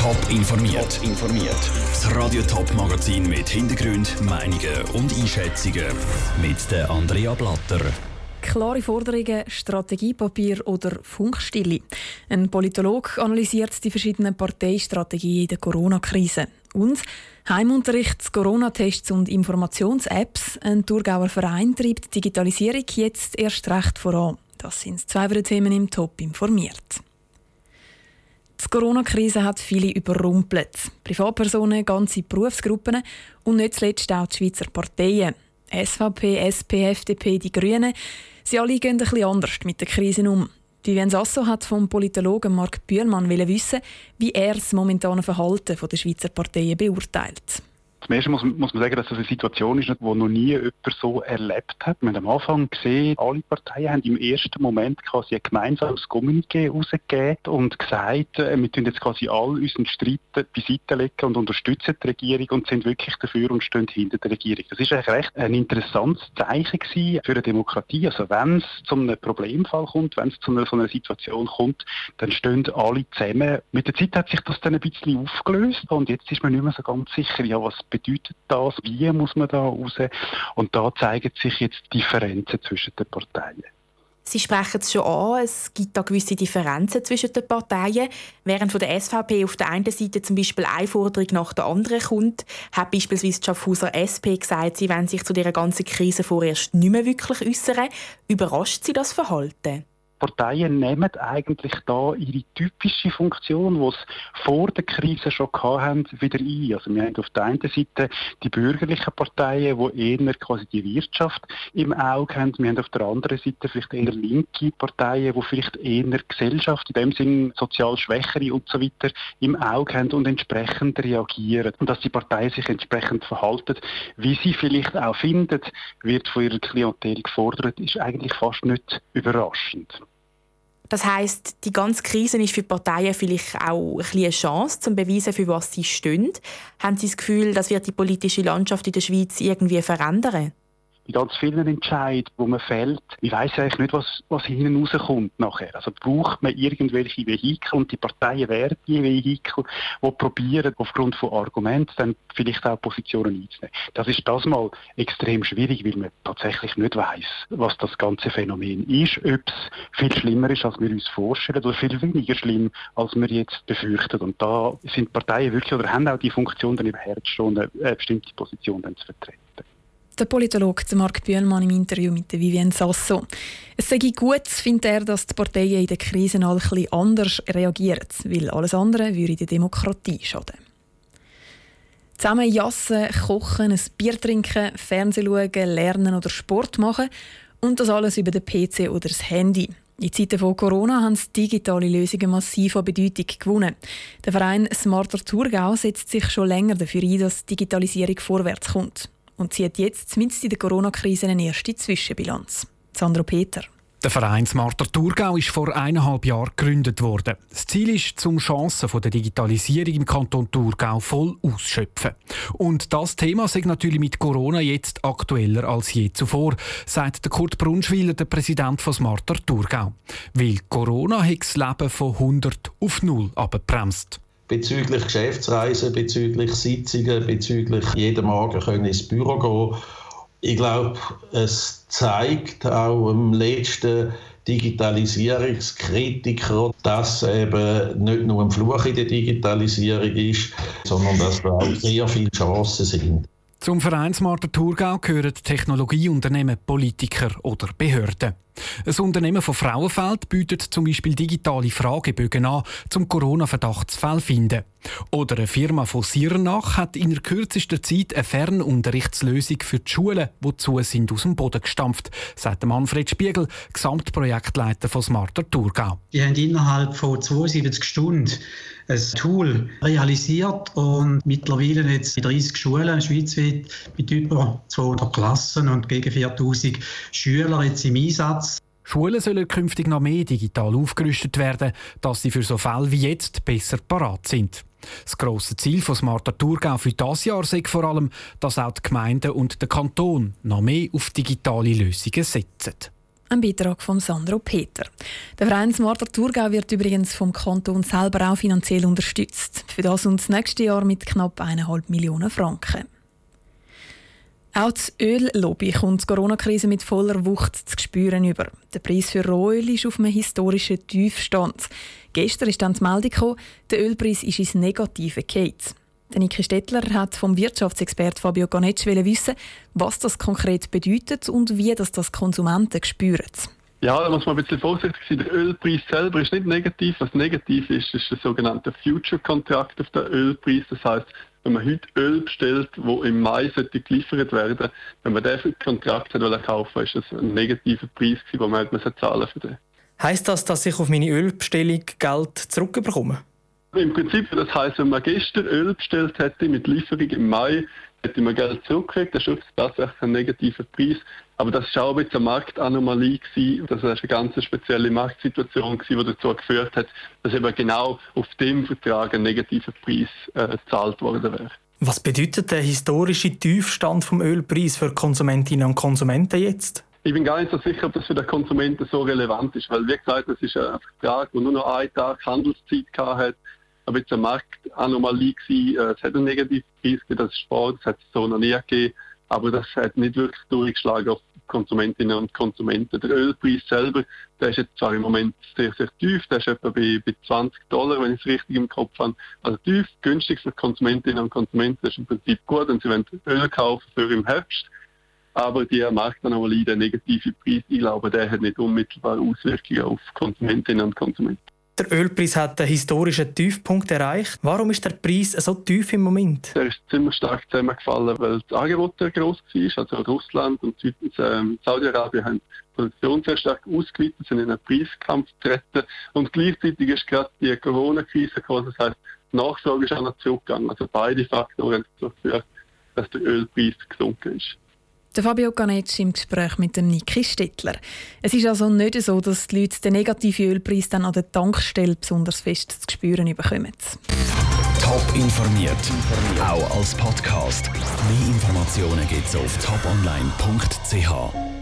Top informiert. Das Radio Top Magazin mit Hintergrund, Meinungen und Einschätzungen mit der Andrea Blatter. Klare Forderungen, Strategiepapier oder Funkstille. Ein Politologe analysiert die verschiedenen Parteistrategien in der Corona-Krise. Und Heimunterricht, Corona-Tests und Informations-Apps. Ein Thurgauer Verein treibt die Digitalisierung jetzt erst recht voran. Das sind zwei Themen im Top informiert. Die Corona-Krise hat viele überrumpelt. Privatpersonen, ganze Berufsgruppen und nicht zuletzt auch die Schweizer Parteien. SVP, SP, FDP, die Grünen. Sie alle gehen ein bisschen anders mit der Krise um. Vivienne Sasso hat vom Politologen Marc Bühlmann wissen, wie er das momentane Verhalten der Schweizer Parteien beurteilt. Zum Ersten muss man sagen, dass das eine Situation ist, die noch nie jemand so erlebt hat. Wir haben am Anfang gesehen, alle Parteien haben im ersten Moment quasi ein gemeinsames Kommuniqué herausgegeben und gesagt, wir tun jetzt quasi all unseren Streit beiseite legen und unterstützen die Regierung und sind wirklich dafür und stehen hinter der Regierung. Das ist eigentlich recht ein interessantes Zeichen gewesen für eine Demokratie. Also wenn es zu einem Problemfall kommt, wenn es zu so einer Situation kommt, dann stehen alle zusammen. Mit der Zeit hat sich das dann ein bisschen aufgelöst und jetzt ist man nicht mehr so ganz sicher, ja, was bedeutet das, wie muss man da raus? Und da zeigen sich jetzt Differenzen zwischen den Parteien. Sie sprechen es schon an, es gibt da gewisse Differenzen zwischen den Parteien. Während von der SVP auf der einen Seite zum Beispiel eine Forderung nach der anderen kommt, hat beispielsweise die Schaffhauser SP gesagt, sie wollen sich zu dieser ganzen Krise vorerst nicht mehr wirklich äußern. Überrascht Sie das Verhalten? Parteien nehmen eigentlich da ihre typische Funktion, die sie vor der Krise schon hatten, wieder ein. Also wir haben auf der einen Seite die bürgerlichen Parteien, die eher quasi die Wirtschaft im Auge haben. Wir haben auf der anderen Seite vielleicht eher linke Parteien, die vielleicht eher Gesellschaft, in dem Sinne sozial Schwächere und so weiter, im Auge haben und entsprechend reagieren. Und dass die Parteien sich entsprechend verhalten, wie sie vielleicht auch finden, wird von ihrer Klientel gefordert, ist eigentlich fast nicht überraschend. Das heisst, die ganze Krise ist für die Parteien vielleicht auch eine Chance, zum beweisen, für was sie stehen. Haben Sie das Gefühl, das wird die politische Landschaft in der Schweiz irgendwie verändern? Bei ganz vielen Entscheidungen, die man fällt, ich weiss eigentlich nicht, was hinten rauskommt nachher. Also braucht man irgendwelche Vehikel und die Parteien werden die Vehikel, die probieren, aufgrund von Argumenten dann vielleicht auch Positionen einzunehmen. Das ist das mal extrem schwierig, weil man tatsächlich nicht weiss, was das ganze Phänomen ist, ob es viel schlimmer ist, als wir uns vorstellen, oder viel weniger schlimm, als wir jetzt befürchten. Und da sind Parteien wirklich, oder haben auch die Funktion, dann im Herbst schon eine bestimmte Position dann zu vertreten. Der Politologe Marc Bühlmann im Interview mit Vivienne Sasso. Es sei gut, findet er, dass die Parteien in der Krise alle ein bisschen anders reagieren, weil alles andere würde der Demokratie schaden. Zusammen jassen, kochen, ein Bier trinken, Fernsehen schauen, lernen oder Sport machen und das alles über den PC oder das Handy. In Zeiten von Corona haben digitale Lösungen massiv an Bedeutung gewonnen. Der Verein Smarter Thurgau setzt sich schon länger dafür ein, dass die Digitalisierung vorwärts kommt. Und zieht jetzt zumindest in der Corona-Krise eine erste Zwischenbilanz. Sandro Peter. Der Verein Smarter Thurgau ist vor 1,5 Jahren gegründet worden. Das Ziel ist, zum Chancen der Digitalisierung im Kanton Thurgau voll auszuschöpfen. Und das Thema ist natürlich mit Corona jetzt aktueller als je zuvor, sagt der Kurt Brunschwiller, der Präsident von Smarter Thurgau. Weil Corona hat das Leben von 100 auf 0 abgebremst. Bezüglich Geschäftsreisen, bezüglich Sitzungen, bezüglich jeden Morgen können ins Büro gehen. Ich glaube, es zeigt auch im letzten Digitalisierungskritiker, dass eben nicht nur ein Fluch in der Digitalisierung ist, sondern dass da auch sehr viele Chancen sind. Zum Verein Smarter Thurgau gehören Technologieunternehmen, Politiker oder Behörden. Ein Unternehmen von Frauenfeld bietet zum Beispiel digitale Fragebögen an, um Corona-Verdachtsfälle zu finden. Oder eine Firma von Siernach hat in der kürzesten Zeit eine Fernunterrichtslösung für die Schulen, die zu sind, aus dem Boden gestampft, sagt Manfred Spiegel, Gesamtprojektleiter von Smarter Thurgau. Die haben innerhalb von 72 Stunden ein Tool realisiert und mittlerweile jetzt in 30 Schulen schweizweit mit über 200 Klassen und gegen 4000 Schüler jetzt im Einsatz. Schulen sollen künftig noch mehr digital aufgerüstet werden, dass sie für so Fälle wie jetzt besser parat sind. Das grosse Ziel von Smarter Thurgau für dieses Jahr ist vor allem, dass auch die Gemeinden und der Kanton noch mehr auf digitale Lösungen setzen. Ein Beitrag von Sandro Peter. Der Verein Smarter Thurgau wird übrigens vom Kanton selber auch finanziell unterstützt. Für das und das nächste Jahr mit knapp 1,5 Millionen Franken. Auch die Öllobby kommt die Corona-Krise mit voller Wucht zu spüren über. Der Preis für Rohöl ist auf einem historischen Tiefstand. Gestern ist dann die Meldung gekommen, der Ölpreis ist ins Negative gefallen. Niki Stettler hat vom Wirtschaftsexperten Fabio Ganetsch wissen, was das konkret bedeutet und wie das Konsumenten spüren. Ja, da muss man ein bisschen vorsichtig sein. Der Ölpreis selber ist nicht negativ. Was negativ ist der sogenannte Future-Kontrakt auf den Ölpreis. Das heisst, wenn man heute Öl bestellt, das im Mai geliefert werden sollte, wenn man den Kontrakt kaufen wollte, ist das ein negativer Preis, den man zahlen für den. Heisst das, dass ich auf meine Ölbestellung Geld zurückbekomme? Im Prinzip, das heisst, wenn man gestern Öl bestellt hätte mit Lieferung im Mai, hätte man Geld zurückgekriegt. Das ist tatsächlich ein negativer Preis. Aber das war auch ein bisschen eine Marktanomalie. Das war eine ganz spezielle Marktsituation, die dazu geführt hat, dass eben genau auf dem Vertrag ein negativer Preis gezahlt worden wäre. Was bedeutet der historische Tiefstand vom Ölpreis für Konsumentinnen und Konsumenten jetzt? Ich bin gar nicht so sicher, ob das für den Konsumenten so relevant ist. Weil, wie gesagt, das ist ein Vertrag, der nur noch einen Tag Handelszeit hatte. Aber jetzt eine Marktanomalie war, es hat einen negativen Preis gegeben, das ist Sport, das hat es so noch nie gegeben, aber das hat nicht wirklich durchgeschlagen auf Konsumentinnen und Konsumenten. Der Ölpreis selber, der ist jetzt zwar im Moment sehr, sehr tief, der ist etwa bei $20, wenn ich es richtig im Kopf habe. Also tief, günstig für Konsumentinnen und Konsumenten, das ist im Prinzip gut, wenn sie Öl kaufen für im Herbst. Aber die Marktanomalie, der negative Preis, ich glaube, der hat nicht unmittelbar Auswirkungen auf Konsumentinnen und Konsumenten. Der Ölpreis hat einen historischen Tiefpunkt erreicht. Warum ist der Preis so tief im Moment? Der ist ziemlich stark zusammengefallen, weil das Angebot sehr gross war. Also Russland und Saudi-Arabien haben die Produktion sehr stark ausgeweitet, sind in einen Preiskampf getreten. Und gleichzeitig ist gerade die Corona-Krise gekommen. Das heisst, die Nachfrage ist auch noch zurückgegangen. Also beide Faktoren haben dazu geführt, dass der Ölpreis gesunken ist. Der Fabio Ganetsch im Gespräch mit dem Niki Stettler. Es ist also nicht so, dass die Leute den negativen Ölpreis dann an der Tankstelle besonders fest zu spüren bekommen. Top informiert, auch als Podcast. Mehr Informationen gibt es auf toponline.ch.